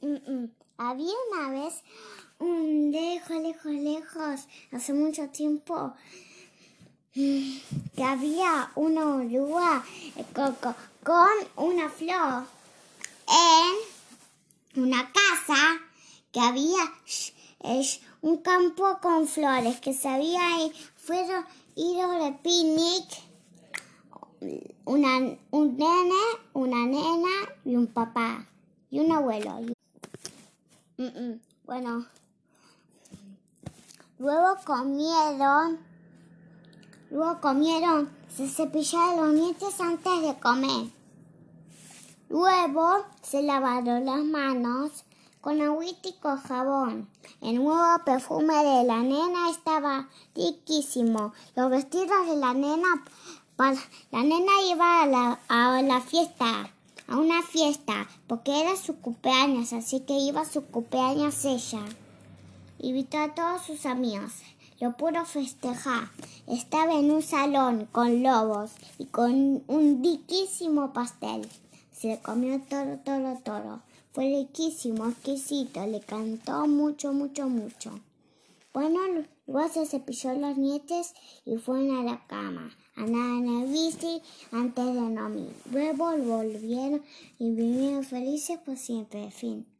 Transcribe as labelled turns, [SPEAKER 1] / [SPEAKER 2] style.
[SPEAKER 1] Había una vez lejos, hace mucho tiempo, que había una oruga con una flor en una casa, que había un campo con flores, que se había fueron ido de picnic un nene, una nena y un papá y un abuelo. Bueno, luego comieron, se cepillaron los dientes antes de comer. Luego se lavaron las manos con agüita y con jabón. El nuevo perfume de la nena estaba riquísimo. Los vestidos de la nena iba a la fiesta, a una fiesta, porque era su cumpleaños, así que iba a su cumpleaños ella. Invitó a todos sus amigos. Lo pudo festejar. Estaba en un salón con lobos y con un riquísimo pastel. Se comió todo. Fue riquísimo, exquisito. Le cantó mucho. Bueno, luego se cepilló los dientes y fueron a la cama. Andaban en el bici antes de dormir. Luego volvieron y vivieron felices por siempre. Fin.